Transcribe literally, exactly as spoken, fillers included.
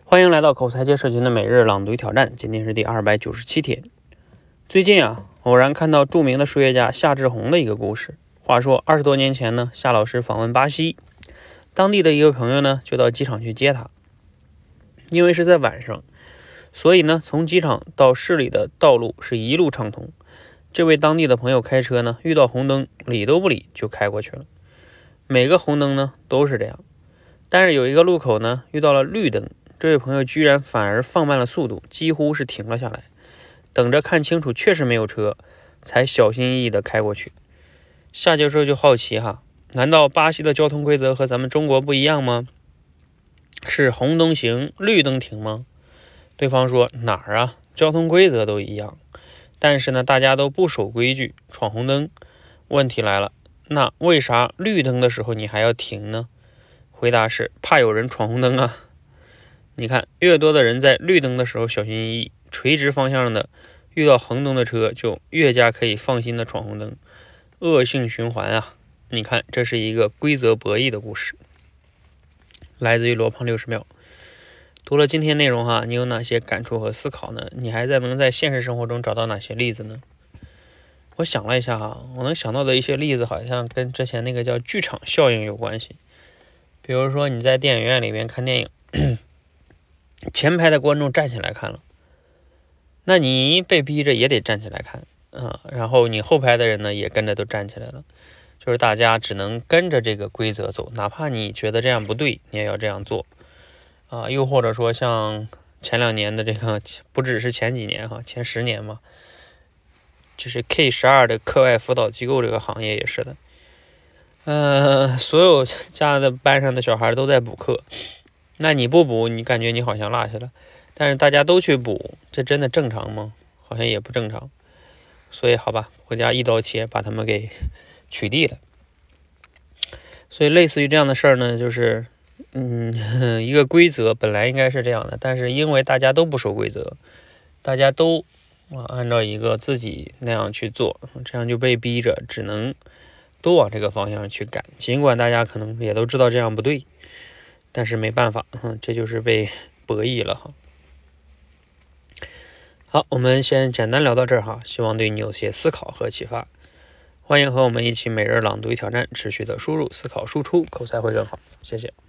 欢迎来到口才界社群的每日朗读挑战，今天是第二百九十七天。最近啊，偶然看到著名的数学家夏志红的一个故事。话说二十多年前呢，夏老师访问巴西，当地的一个朋友呢就到机场去接他。因为是在晚上，所以呢从机场到市里的道路是一路畅通。这位当地的朋友开车呢，遇到红灯理都不理就开过去了。每个红灯呢都是这样，但是有一个路口呢遇到了绿灯，这位朋友居然反而放慢了速度，几乎是停了下来，等着看清楚确实没有车，才小心翼翼地开过去。夏教授就好奇哈，难道巴西的交通规则和咱们中国不一样吗？是红灯行，绿灯停吗？对方说哪儿啊，交通规则都一样，但是呢大家都不守规矩，闯红灯。问题来了，那为啥绿灯的时候你还要停呢？回答是怕有人闯红灯啊。你看，越多的人在绿灯的时候小心翼翼，垂直方向的遇到红灯的车就越加可以放心的闯红灯，恶性循环啊！你看，这是一个规则博弈的故事，来自于罗胖六十秒。读了今天内容哈，你有哪些感触和思考呢？你还在能在现实生活中找到哪些例子呢？我想了一下哈，我能想到的一些例子好像跟之前那个叫剧场效应有关系。比如说你在电影院里面看电影，前排的观众站起来看了，那你被逼着也得站起来看啊，然后你后排的人呢也跟着都站起来了，就是大家只能跟着这个规则走，哪怕你觉得这样不对，你也要这样做啊。又或者说像前两年的这个，不只是前几年哈，前十年嘛，就是 K 十二 的课外辅导机构这个行业也是的，呃，所有家的班上的小孩都在补课。那你不补，你感觉你好像落下了，但是大家都去补，这真的正常吗？好像也不正常。所以好吧，回家一刀切把他们给取缔了。所以类似于这样的事儿呢，就是嗯，一个规则本来应该是这样的，但是因为大家都不守规则，大家都啊按照一个自己那样去做，这样就被逼着只能都往这个方向去赶，尽管大家可能也都知道这样不对，但是没办法，这就是被博弈了哈。好，我们先简单聊到这儿哈，希望对你有些思考和启发。欢迎和我们一起每日朗读挑战，持续的输入、思考、输出，口才会更好。谢谢。